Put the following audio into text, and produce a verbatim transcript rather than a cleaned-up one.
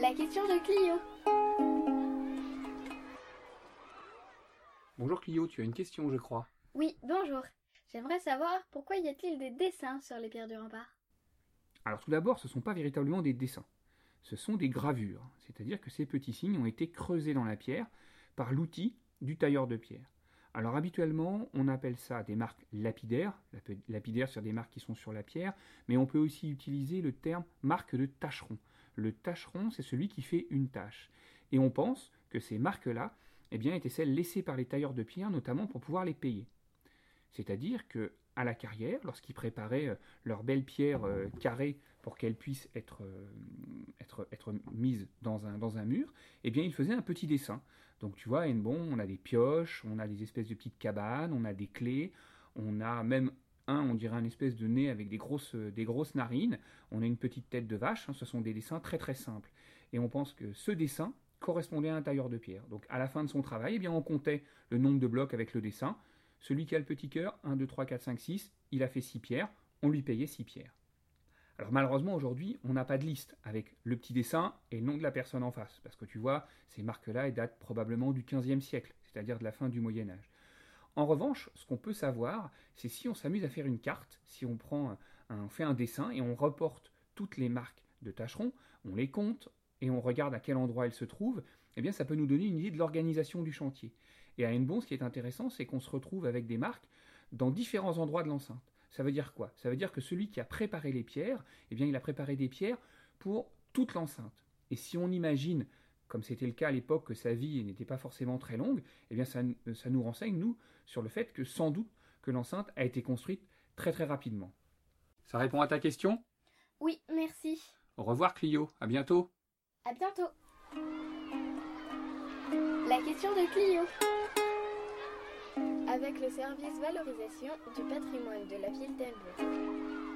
La question de Clio. Bonjour Clio, tu as une question, je crois. Oui, bonjour. J'aimerais savoir pourquoi y a-t-il des dessins sur les pierres du rempart? Alors tout d'abord, ce ne sont pas véritablement des dessins. Ce sont des gravures, c'est-à-dire que ces petits signes ont été creusés dans la pierre par l'outil du tailleur de pierre. Alors habituellement, on appelle ça des marques lapidaires, lapidaires sur des marques qui sont sur la pierre, mais on peut aussi utiliser le terme marque de tâcheron. Le tâcheron, c'est celui qui fait une tâche. Et on pense que ces marques-là, eh bien, étaient celles laissées par les tailleurs de pierre, notamment pour pouvoir les payer. C'est-à-dire que à la carrière, lorsqu'ils préparaient leurs belles pierres euh, carrées pour qu'elles puissent être, euh, être, être mises dans un, dans un mur, eh bien, ils faisaient un petit dessin. Donc, tu vois, bon, on a des pioches, on a des espèces de petites cabanes, on a des clés, on a même un, on dirait un espèce de nez avec des grosses, des grosses narines, on a une petite tête de vache, hein, ce sont des dessins très très simples. Et on pense que ce dessin correspondait à un tailleur de pierre. Donc, à la fin de son travail, eh bien, on comptait le nombre de blocs avec le dessin. Celui qui a le petit cœur, un, deux, trois, quatre, cinq, six, il a fait six pierres, on lui payait six pierres. Alors malheureusement aujourd'hui, on n'a pas de liste avec le petit dessin et le nom de la personne en face, parce que tu vois, ces marques-là, elles datent probablement du quinzième siècle, c'est-à-dire de la fin du Moyen-Âge. En revanche, ce qu'on peut savoir, c'est si on s'amuse à faire une carte, si on prend un, on fait un dessin et on reporte toutes les marques de tâcherons, on les compte et on regarde à quel endroit elles se trouvent, eh bien ça peut nous donner une idée de l'organisation du chantier. Et à Hennebont, ce qui est intéressant, c'est qu'on se retrouve avec des marques dans différents endroits de l'enceinte. Ça veut dire quoi? Ça veut dire que celui qui a préparé les pierres, eh bien, il a préparé des pierres pour toute l'enceinte. Et si on imagine, comme c'était le cas à l'époque, que sa vie n'était pas forcément très longue, eh bien, ça, ça nous renseigne, nous, sur le fait que sans doute que l'enceinte a été construite très très rapidement. Ça répond à ta question? Oui, merci. Au revoir Clio, à bientôt. À bientôt. La question de Clio. Avec le service valorisation du patrimoine de la ville d'Hennebont.